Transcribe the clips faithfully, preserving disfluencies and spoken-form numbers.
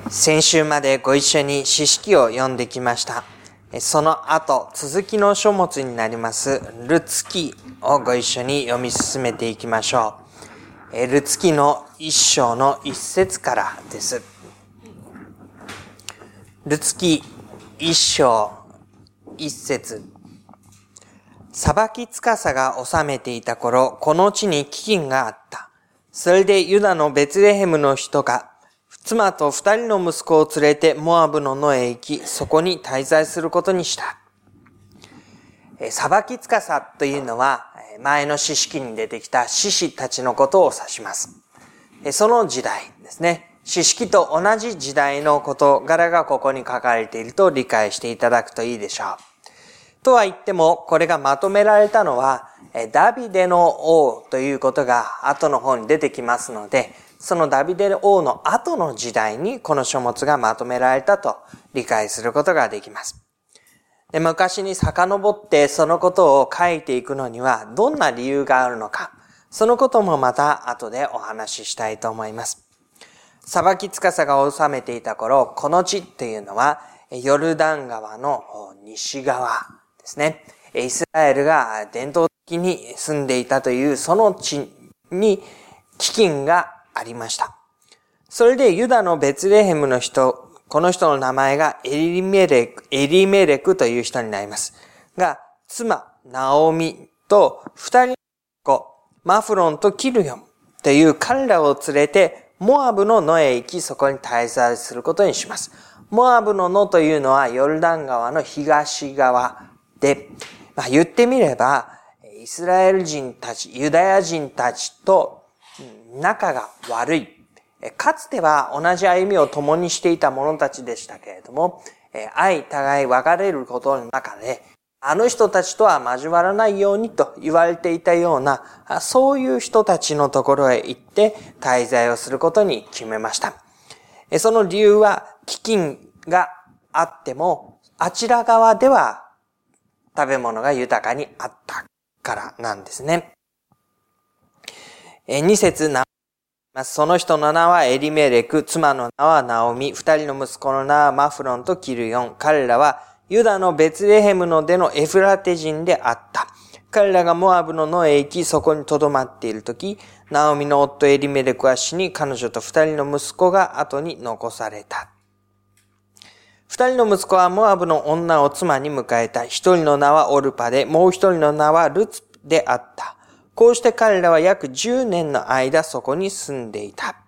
先週までご一緒に詩式を読んできました。その後、続きの書物になりますルツ記をご一緒に読み進めていきましょう。ルツ記の一章の一節からです。ルツ記一章一節。裁き司が治めていた頃、この地に飢饉があった。それでユダのベツレヘムの人が、妻と二人の息子を連れてモアブの野へ行き、そこに滞在することにした。裁き司というのは、前の詩式に出てきた士師たちのことを指します。その時代ですね。詩式と同じ時代の事柄がここに書かれていると理解していただくといいでしょう。とは言っても、これがまとめられたのは、ダビデの王ということが後の方に出てきますので、そのダビデ王の後の時代にこの書物がまとめられたと理解することができます。で、昔に遡ってそのことを書いていくのにはどんな理由があるのか、そのこともまた後でお話ししたいと思います。裁き司が治めていた頃、この地というのはヨルダン川の西側ですね。イスラエルが伝統的に住んでいたというその地に飢饉がありました。それでユダのベツレヘムの人、この人の名前がエリメレク、エリメレクという人になります。が、妻、ナオミと二人の子、マフロンとキルヨンという彼らを連れてモアブの野へ行き、そこに滞在することにします。モアブの野というのはヨルダン川の東側で、まあ、言ってみれば、イスラエル人たち、ユダヤ人たちと仲が悪い。かつては同じ歩みを共にしていた者たちでしたけれども、相互い別れることの中で、あの人たちとは交わらないようにと言われていたような、そういう人たちのところへ行って滞在をすることに決めました。その理由は、飢饉があっても、あちら側では食べ物が豊かにあったからなんですね。二節な、その人の名はエリメレク、妻の名はナオミ、二人の息子の名はマフロンとキルヨン。彼らはユダのベツレヘムの出のエフラテ人であった。彼らがモアブの野へ行き、そこに留まっているとき、ナオミの夫エリメレクは死に、彼女と二人の息子が後に残された。二人の息子はモアブの女を妻に迎えた。一人の名はオルパで、もう一人の名はルツであった。こうして彼らは約じゅうねんの間そこに住んでいた。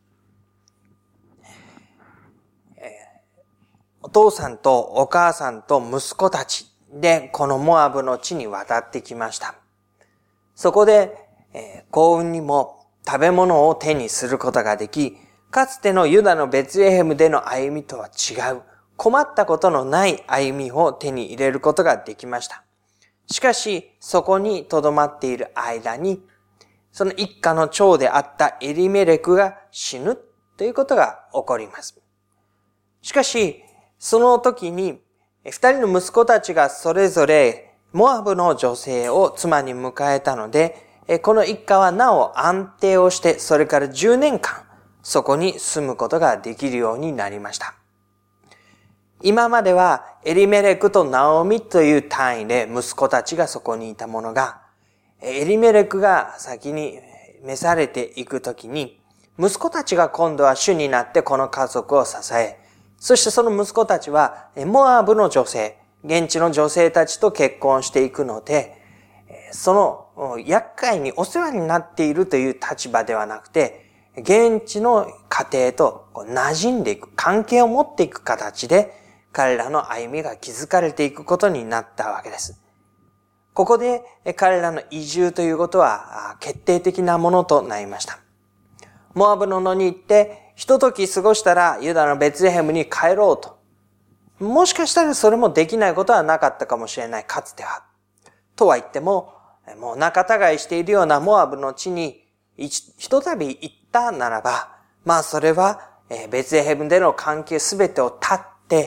お父さんとお母さんと息子たちでこのモアブの地に渡ってきました。そこで、えー、幸運にも食べ物を手にすることができ、かつてのユダのベツレヘムでの歩みとは違う、困ったことのない歩みを手に入れることができました。しかし、そこに留まっている間に、その一家の長であったエリメレクが死ぬということが起こります。しかし、その時に、二人の息子たちがそれぞれモアブの女性を妻に迎えたので、この一家はなお安定をして、それからじゅうねんかん、そこに住むことができるようになりました。今まではエリメレクとナオミという単位で息子たちがそこにいたものが、エリメレクが先に召されていくときに、息子たちが今度は主になってこの家族を支え、そしてその息子たちはモアブの女性、現地の女性たちと結婚していくので、その厄介にお世話になっているという立場ではなくて、現地の家庭と馴染んでいく、関係を持っていく形で、彼らの歩みが築かれていくことになったわけです。ここで彼らの移住ということは決定的なものとなりました。モアブの野に行ってひととき過ごしたらユダのベツレヘムに帰ろうと。もしかしたらそれもできないことはなかったかもしれない、かつては。とは言っても、もう仲違いしているようなモアブの地にひとたび行ったならば、まあそれはベツレヘムでの関係すべてを断って、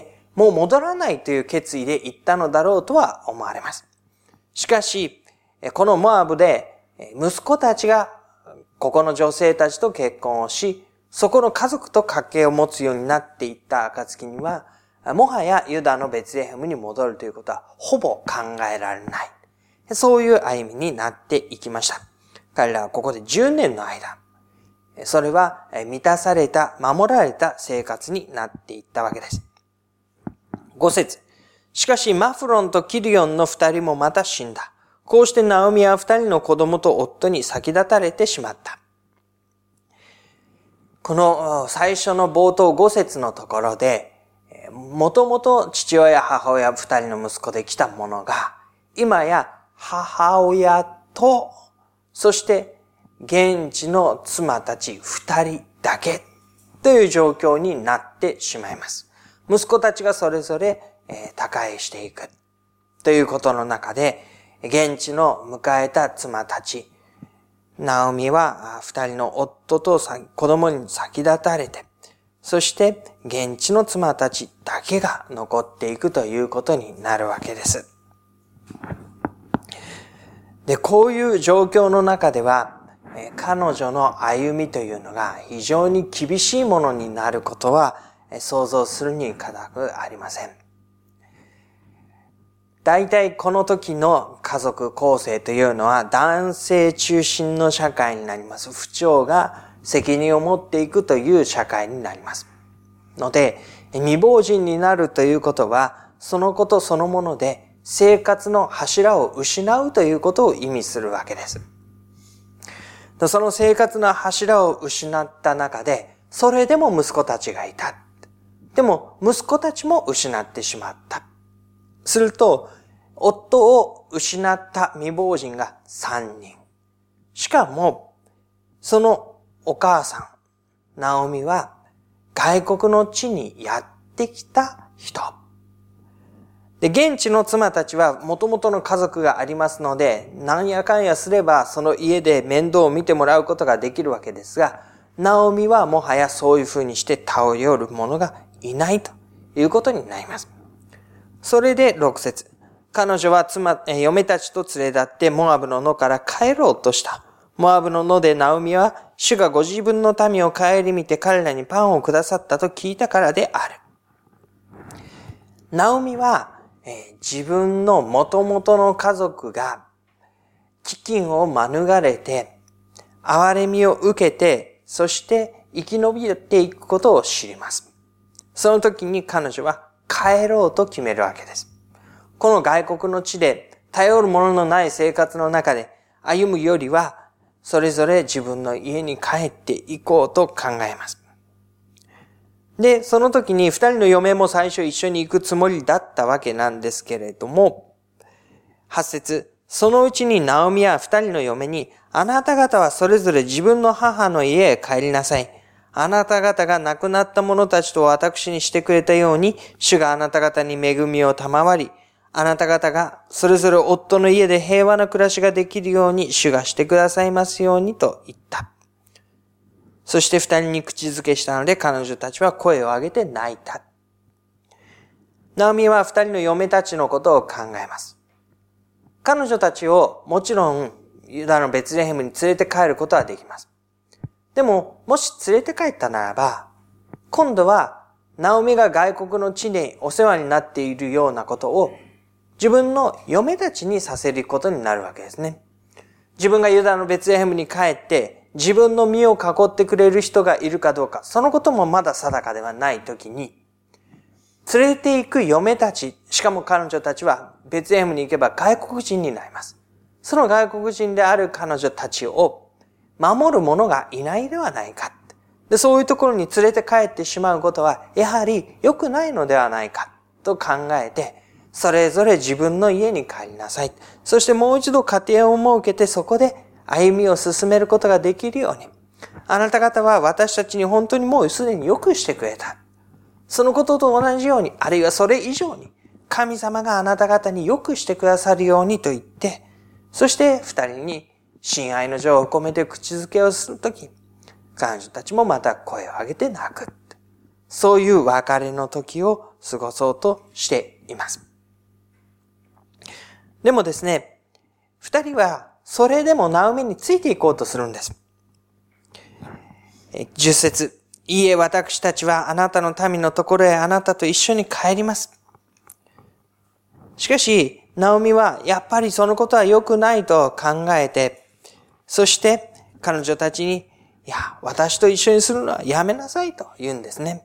もう戻らないという決意で行ったのだろうとは思われます。しかし、このモアブで息子たちがここの女性たちと結婚をし、 そこの家族と関係を持つようになっていった暁には、もはやユダのベツレヘムに戻るということはほぼ考えられない。そういう歩みになっていきました。彼らはここでじゅうねんの間、それは満たされた、守られた生活になっていったわけです。ご節。しかしマフロンとキリオンの二人もまた死んだ。こうしてナオミは二人の子供と夫に先立たれてしまった。この最初の冒頭ご節のところで、もともと父親母親二人の息子で来たものが、今や母親と、そして現地の妻たち二人だけという状況になってしまいます。息子たちがそれぞれ他界していくということの中で、現地の迎えた妻たち、ナオミは二人の夫と子供に先立たれて、そして現地の妻たちだけが残っていくということになるわけです。で、こういう状況の中では、彼女の歩みというのが非常に厳しいものになることは想像するに難くありません。大体この時の家族構成というのは男性中心の社会になります。父長が責任を持っていくという社会になります。ので、未亡人になるということは、そのことそのもので生活の柱を失うということを意味するわけです。その生活の柱を失った中で、それでも息子たちがいた。でも息子たちも失ってしまった。すると、夫を失った未亡人がさんにん。しかも、そのお母さん、ナオミは外国の地にやってきた人。で、現地の妻たちは元々の家族がありますので、なんやかんやすればその家で面倒を見てもらうことができるわけですが、ナオミはもはやそういうふうにして頼る者がいないということになります。それでろく節。彼女は妻、嫁たちと連れ立ってモアブの野から帰ろうとした。モアブの野でナオミは主がご自分の民を顧みて彼らにパンをくださったと聞いたからである。ナオミはえー、自分の元々の家族が飢饉を免れて、憐れみを受けて、そして生き延びていくことを知ります。その時に彼女は帰ろうと決めるわけです。この外国の地で頼るもののない生活の中で歩むよりは、それぞれ自分の家に帰っていこうと考えます。で、その時に二人の嫁も最初一緒に行くつもりだったわけなんですけれども、はち節、そのうちにナオミは二人の嫁に、あなた方はそれぞれ自分の母の家へ帰りなさい。あなた方が亡くなった者たちと私にしてくれたように、主があなた方に恵みを賜り、あなた方がそれぞれ夫の家で平和な暮らしができるように、主がしてくださいますようにと言った。そして二人に口づけしたので彼女たちは声を上げて泣いた。ナオミは二人の嫁たちのことを考えます。彼女たちをもちろんユダのベツレヘムに連れて帰ることはできます。でも、もし連れて帰ったならば、今度はナオミが外国の地にお世話になっているようなことを自分の嫁たちにさせることになるわけですね。自分がユダのベツレヘムに帰って自分の身を囲ってくれる人がいるかどうか、そのこともまだ定かではないときに、連れて行く嫁たち、しかも彼女たちはベツレヘムに行けば外国人になります。その外国人である彼女たちを守る者がいないではないか。で、そういうところに連れて帰ってしまうことは、やはり良くないのではないかと考えて、それぞれ自分の家に帰りなさい。そしてもう一度家庭を設けてそこで歩みを進めることができるように。あなた方は私たちに本当にもうすでに良くしてくれた。そのことと同じように、あるいはそれ以上に、神様があなた方に良くしてくださるようにと言って、そして二人に親愛の情を込めて口づけをするとき、彼女たちもまた声を上げて泣く。そういう別れの時を過ごそうとしています。でもですね、二人はそれでもナオミについていこうとするんです。 じゅっ節。いいえ、私たちはあなたの民のところへあなたと一緒に帰ります。しかし、ナオミはやっぱりそのことは良くないと考えて、そして彼女たちに、いや、私と一緒にするのはやめなさいと言うんですね。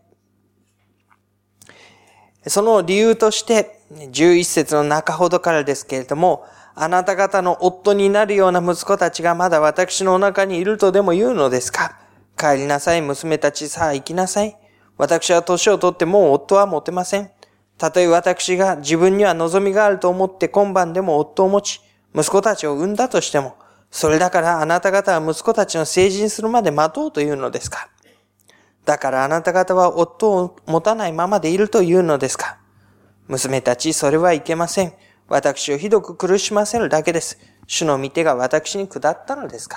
その理由として、じゅういち節の中ほどからですけれども、あなた方の夫になるような息子たちがまだ私のお腹にいるとでも言うのですか？帰りなさい、娘たち、さあ行きなさい。私は年を取ってもう夫は持てません。たとえ私が自分には望みがあると思って今晩でも夫を持ち、息子たちを産んだとしても、それだからあなた方は息子たちの成人するまで待とうというのですか？だからあなた方は夫を持たないままでいるというのですか？娘たち、それはいけません。私をひどく苦しませるだけです。主の御手が私に下ったのですから。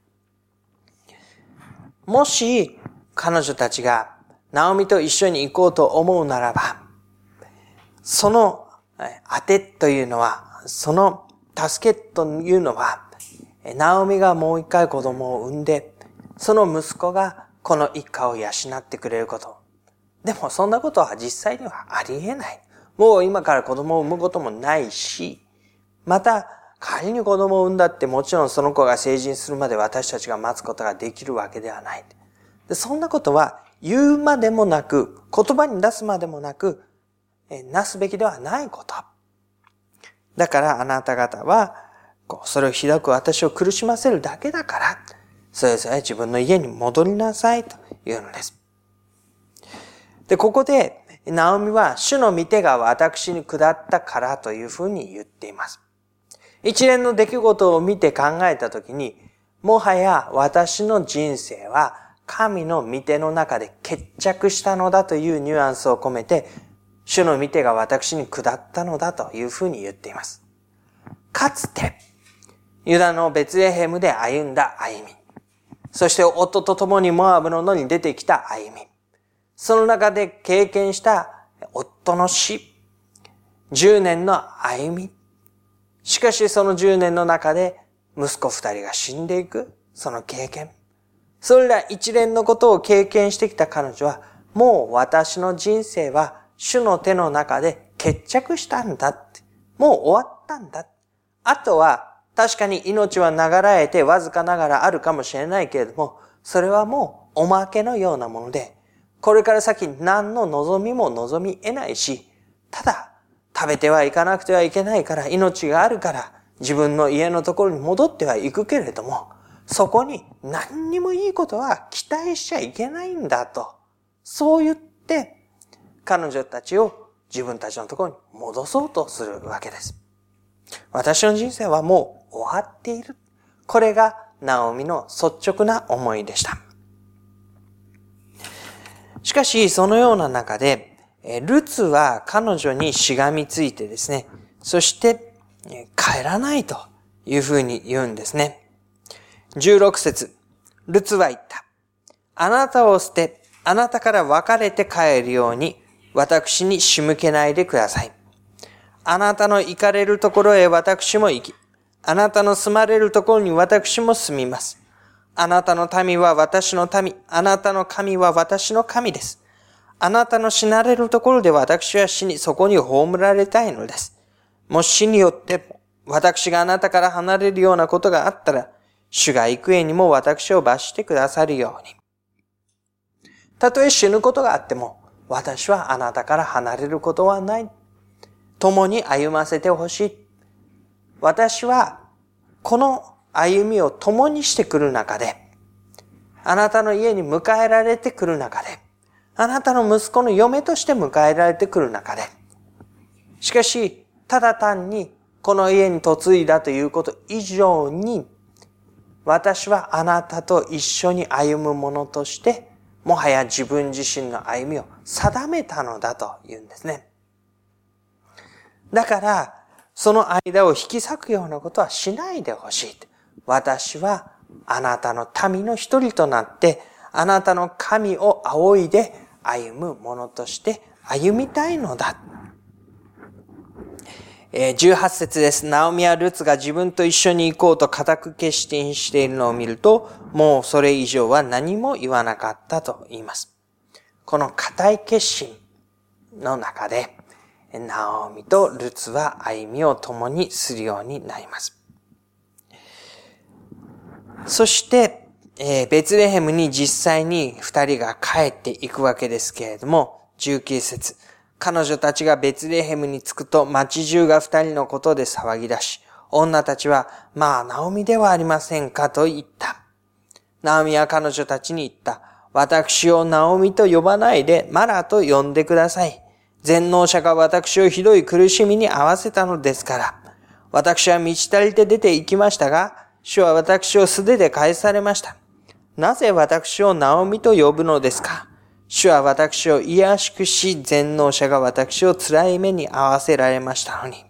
もし彼女たちがナオミと一緒に行こうと思うならば、その当てというのは、その助けというのは、ナオミがもう一回子供を産んで、その息子がこの一家を養ってくれること。でもそんなことは実際にはありえない。もう今から子供を産むこともないし、また仮に子供を産んだってもちろんその子が成人するまで私たちが待つことができるわけではない。でそんなことは言うまでもなく、言葉に出すまでもなく、なすべきではないこと。だからあなた方は、それをひどく私を苦しませるだけだから、それぞれ自分の家に戻りなさいというのです。で、ここで、ナオミは主の御手が私に下ったからというふうに言っています。一連の出来事を見て考えたときに、もはや私の人生は神の御手の中で決着したのだというニュアンスを込めて、主の御手が私に下ったのだというふうに言っています。かつて、ユダのベツレヘムで歩んだ歩み。そして夫と共にモアブの野に出てきた歩み。その中で経験した夫の死。じゅうねんの歩み。しかしそのじゅうねんの中で息子二人が死んでいく。その経験。それら一連のことを経験してきた彼女は、もう私の人生は主の手の中で決着したんだって。もう終わったんだ。あとは確かに命は流らえてわずかながらあるかもしれないけれども、それはもうおまけのようなもので、これから先何の望みも望み得ないし、ただ食べてはいかなくてはいけないから、命があるから自分の家のところに戻ってはいくけれども、そこに何にもいいことは期待しちゃいけないんだと。そう言って彼女たちを自分たちのところに戻そうとするわけです。私の人生はもう終わっている。これがナオミの率直な思いでした。しかし、そのような中で、ルツは彼女にしがみついてですね、そして帰らないというふうに言うんですね。じゅうろく節、ルツは言った。あなたを捨て、あなたから別れて帰るように、私に仕向けないでください。あなたの行かれるところへ私も行き、あなたの住まれるところに私も住みます。あなたの民は私の民、あなたの神は私の神です。あなたの死なれるところで私は死に、そこに葬られたいのです。もし死によって私があなたから離れるようなことがあったら、主が幾重にも私を罰してくださるように。たとえ死ぬことがあっても、私はあなたから離れることはない。共に歩ませてほしい。私はこの歩みを共にしてくる中で、あなたの家に迎えられてくる中で、あなたの息子の嫁として迎えられてくる中で、しかし、ただ単にこの家に嫁いだということ以上に、私はあなたと一緒に歩む者として、もはや自分自身の歩みを定めたのだというんですね。だから、その間を引き裂くようなことはしないでほしい。私はあなたの民の一人となって、あなたの神を仰いで歩む者として歩みたいのだ。 じゅうはち節です。ナオミやルツが自分と一緒に行こうと固く決心しているのを見ると、もうそれ以上は何も言わなかったと言います。この固い決心の中で、ナオミとルツは歩みを共にするようになります。そして、えー、ベツレヘムに実際に二人が帰っていくわけですけれども、じゅうきゅう節。彼女たちがベツレヘムに着くと町中が二人のことで騒ぎ出し、女たちは、まあ、ナオミではありませんかと言った。ナオミは彼女たちに言った。私をナオミと呼ばないでマラと呼んでください。全能者が私をひどい苦しみに合わせたのですから。私は満ち足りて出て行きましたが、主は私を素手で返されました。なぜ私をナオミと呼ぶのですか？主は私を癒しくし、全能者が私を辛い目に遭わせられましたのに。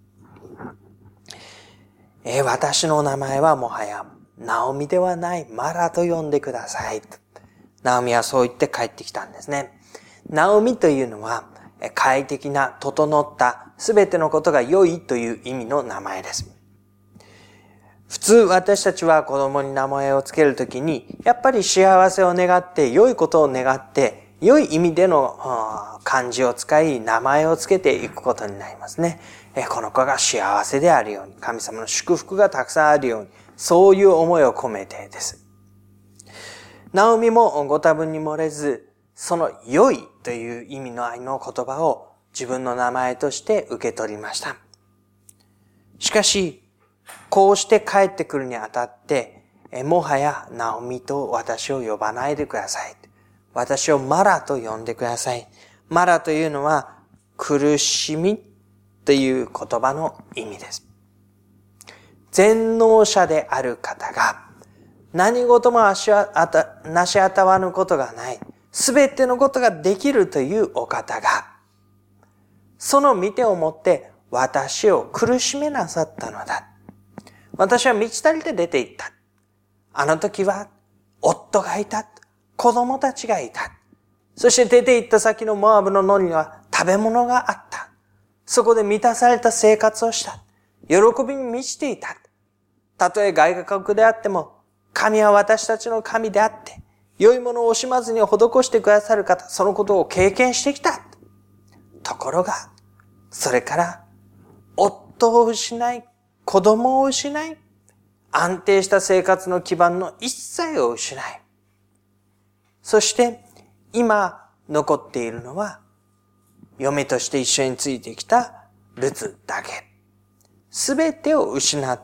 えー、私の名前はもはや、ナオミではない、マラと呼んでください。ナオミはそう言って帰ってきたんですね。ナオミというのは、快適な、整った、すべてのことが良いという意味の名前です。普通私たちは子供に名前をつけるときに、やっぱり幸せを願って、良いことを願って、良い意味での漢字を使い、名前をつけていくことになりますね。この子が幸せであるように、神様の祝福がたくさんあるように、そういう思いを込めてです。ナオミもご多分に漏れず、その良いという意味の愛の言葉を自分の名前として受け取りました。しかし、こうして帰ってくるにあたって、もはやナオミと私を呼ばないでください。私をマラと呼んでください。マラというのは苦しみという言葉の意味です。全能者である方が何事も足あた、なしあたわぬことがない。すべてのことができるというお方が、その御手をもって私を苦しめなさったのだ。私は満ち足りて出て行った。あの時は夫がいた。子供たちがいた。そして出て行った先のモアブの野には食べ物があった。そこで満たされた生活をした。喜びに満ちていた。たとえ外国であっても、神は私たちの神であって、良いものを惜しまずに施してくださる方、そのことを経験してきた。ところが、それから、夫を失い、子供を失い、安定した生活の基盤の一切を失い、そして今残っているのは、嫁として一緒についてきたルツだけ。すべてを失って、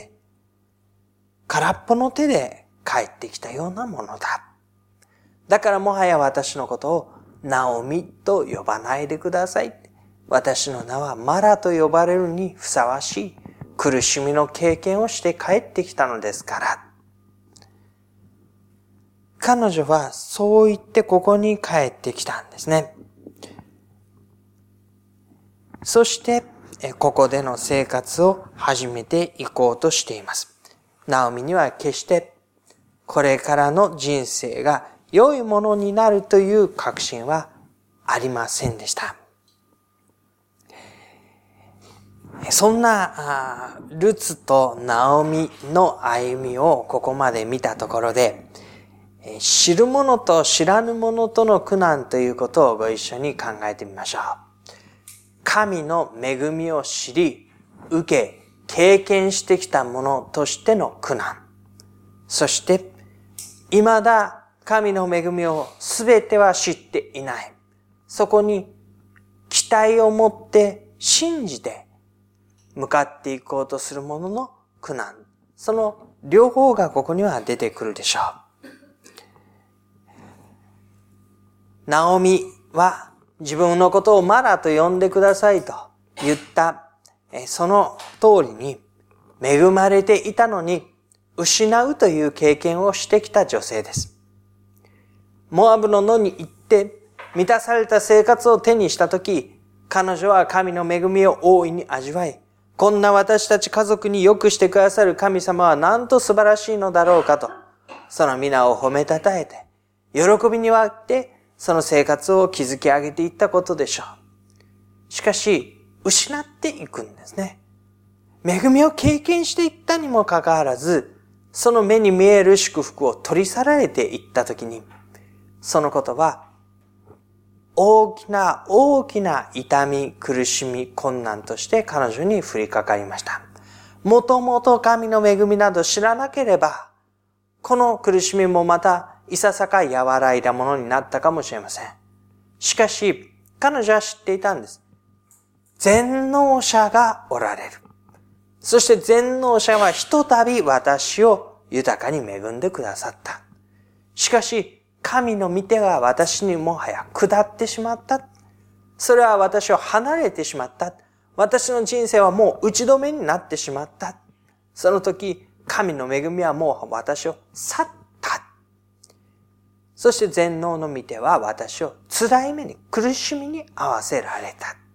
空っぽの手で帰ってきたようなものだ。だからもはや私のことをナオミと呼ばないでください。私の名はマラと呼ばれるにふさわしい苦しみの経験をして帰ってきたのですから。彼女はそう言ってここに帰ってきたんですね。そしてここでの生活を始めていこうとしています。ナオミには決してこれからの人生が良いものになるという確信はありませんでした。そんなルツとナオミの歩みをここまで見たところで、知る者と知らぬ者との苦難ということをご一緒に考えてみましょう。神の恵みを知り、受け、経験してきた者としての苦難。そして、未だ神の恵みをすべては知っていない。そこに期待を持って信じて向かっていこうとする者の苦難。その両方がここには出てくるでしょう。ナオミは自分のことをマラと呼んでくださいと言ったその通りに恵まれていたのに失うという経験をしてきた女性です。モアブの野に行って満たされた生活を手にしたとき、彼女は神の恵みを大いに味わい、こんな私たち家族に良くしてくださる神様はなんと素晴らしいのだろうかと、その皆を褒めたたえて、喜びに沸いてその生活を築き上げていったことでしょう。しかし、 失っていくんですね。恵みを経験していったにもかかわらず、その目に見える祝福を取り去られていったときに、そのことは大きな大きな痛み、苦しみ、困難として彼女に降りかかりました。もともと神の恵みなど知らなければ、この苦しみもまたいささか和らいだものになったかもしれません。しかし、彼女は知っていたんです。全能者がおられる。そして全能者はひとたび私を豊かに恵んでくださった。しかし、神の御手が私にもはや下ってしまった。それは私を離れてしまった。私の人生はもう打ち止めになってしまった。その時、神の恵みはもう私を去った。そして全能の御手は私を辛い目に、苦しみに合わせられた。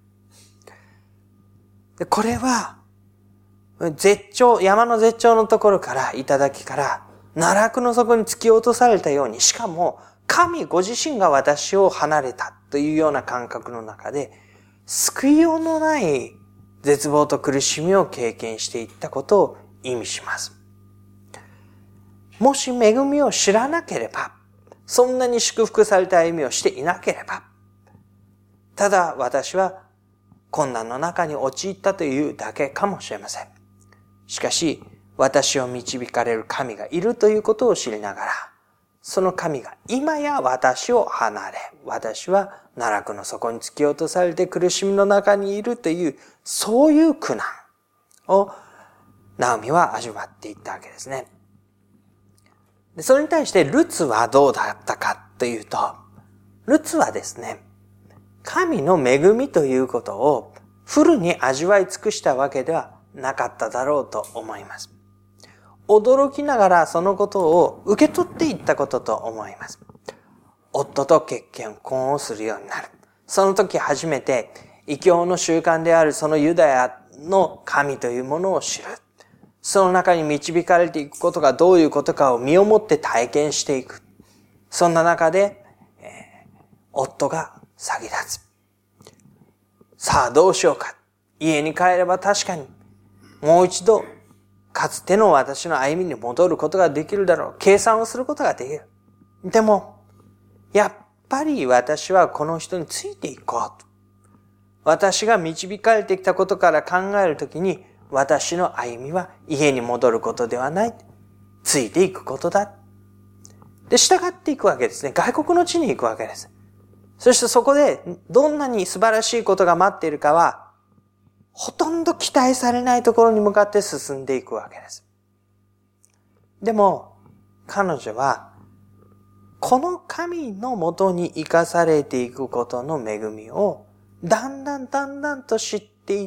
でこれは、絶頂、山の絶頂のところから、頂から奈落の底に突き落とされたように、しかも神ご自身が私を離れたというような感覚の中で、救いようのない絶望と苦しみを経験していったことを意味します。もし恵みを知らなければ、そんなに祝福された歩みをしていなければ、ただ私は困難の中に陥ったというだけかもしれません。しかし、私を導かれる神がいるということを知りながら、その神が今や私を離れ、私は奈落の底に突き落とされて苦しみの中にいるという、そういう苦難をナオミは味わっていったわけですね。でそれに対してルツはどうだったかというと、ルツはですね、神の恵みということをフルに味わい尽くしたわけではなかっただろうと思います。驚きながらそのことを受け取っていったことと思います。夫と結婚をするようになる。その時初めて異教の習慣であるそのユダヤの神というものを知る。その中に導かれていくことがどういうことかを身をもって体験していく。そんな中で、えー、夫が詐欺立つ。さあどうしようか。家に帰れば確かにもう一度かつての私の歩みに戻ることができるだろう。計算をすることができる。でも、やっぱり私はこの人についていこうと。私が導かれてきたことから考えるときに、私の歩みは家に戻ることではない。ついていくことだ。で、従っていくわけですね。外国の地に行くわけです。そしてそこでどんなに素晴らしいことが待っているかは、ほとんど期待されないところに向かって進んでいくわけです。でも、彼女は、この神のもとに生かされていくことの恵みを、だんだんだんだんと知っていって、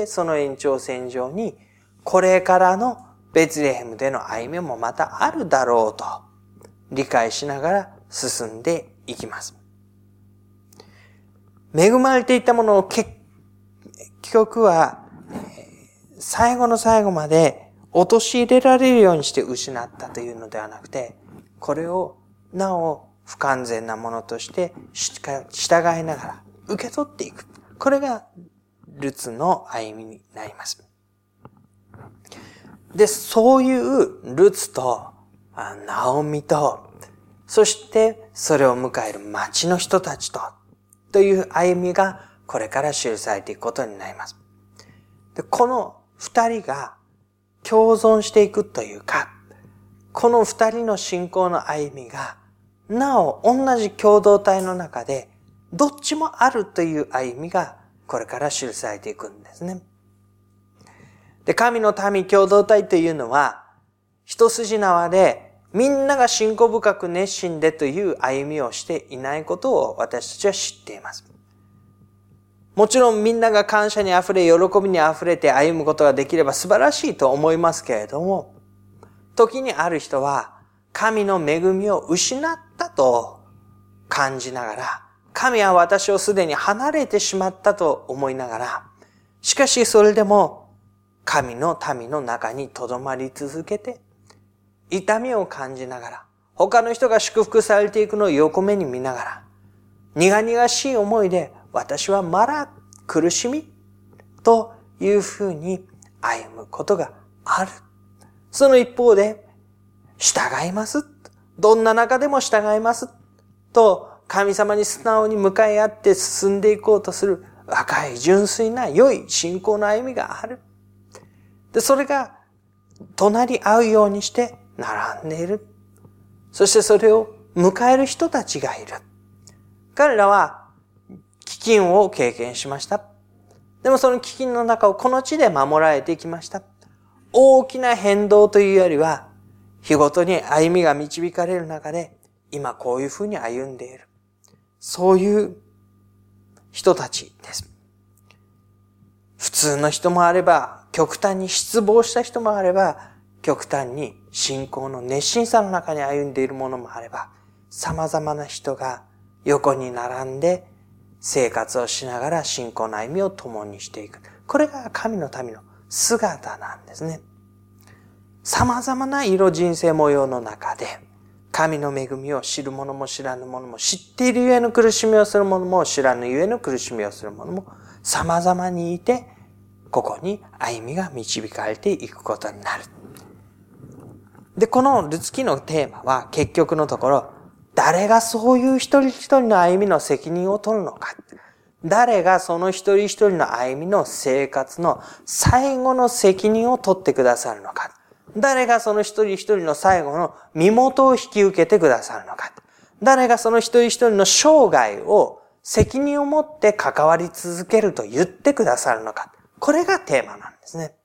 その延長線上に、これからのベツレヘムでの歩みもまたあるだろうと、理解しながら進んでいきます。恵まれていたものを結結局は、最後の最後まで陥れられるようにして失ったというのではなくて、これをなお不完全なものとして従いながら受け取っていく。これがルツの歩みになります。で、そういうルツとナオミと、そしてそれを迎える町の人たちと、という歩みがこれから記されていくことになります。で、この二人が共存していくというか、この二人の信仰の歩みが、なお同じ共同体の中で、どっちもあるという歩みがこれから記されていくんですね。で、神の民共同体というのは、一筋縄でみんなが信仰深く熱心でという歩みをしていないことを私たちは知っています。もちろんみんなが感謝にあふれ、喜びにあふれて歩むことができれば素晴らしいと思いますけれども、時にある人は神の恵みを失ったと感じながら、神は私をすでに離れてしまったと思いながら、しかしそれでも神の民の中に留まり続けて、痛みを感じながら、他の人が祝福されていくのを横目に見ながら、苦々しい思いで私はまだ苦しみ、 というふうに歩むことがある。その一方で、従います。どんな中でも従います。と、神様に素直に向かい合って進んでいこうとする若い純粋な良い信仰の歩みがある。で、それが隣り合うようにして並んでいる。そしてそれを迎える人たちがいる。彼らは飢饉を経験しました。でもその飢饉の中をこの地で守られていきました。大きな変動というよりは、日ごとに歩みが導かれる中で、今こういうふうに歩んでいる。そういう人たちです。普通の人もあれば、極端に失望した人もあれば、極端に信仰の熱心さの中に歩んでいるものもあれば、様々な人が横に並んで生活をしながら信仰の歩みを共にしていく。これが神の民の姿なんですね。様々な色人生模様の中で、神の恵みを知る者も知らぬ者も、知っているゆえの苦しみをする者も、知らぬゆえの苦しみをする者も、様々にいて、ここに歩みが導かれていくことになる。で、このルツ記のテーマは、結局のところ、誰がそういう一人一人の歩みの責任を取るのか。誰がその一人一人の歩みの生活の最後の責任を取ってくださるのか。誰がその一人一人の最後の身元を引き受けてくださるのか。誰がその一人一人の生涯を責任を持って関わり続けると言ってくださるのか。これがテーマなんですね。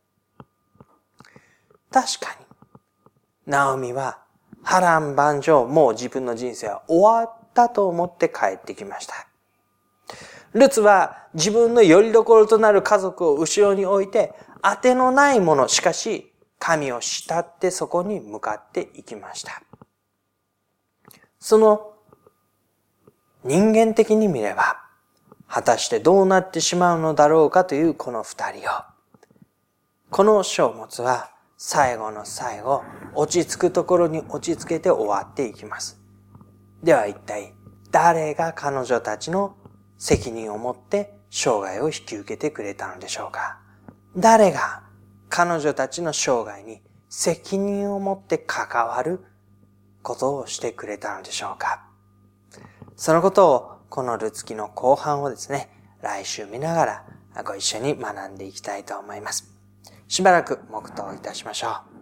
確かに、ナオミは波乱万丈、もう自分の人生は終わったと思って帰ってきました。ルツは自分の拠り所となる家族を後ろに置いて、当てのないもの、しかし神を慕ってそこに向かっていきました。その人間的に見れば、果たしてどうなってしまうのだろうかというこの二人を、この書物は最後の最後、落ち着くところに落ち着けて終わっていきます。では一体誰が彼女たちの責任を持って生涯を引き受けてくれたのでしょうか。誰が彼女たちの生涯に責任を持って関わることをしてくれたのでしょうか。そのことをこのルツ記の後半をですね、来週見ながらご一緒に学んでいきたいと思います。しばらく黙祷いたしましょう。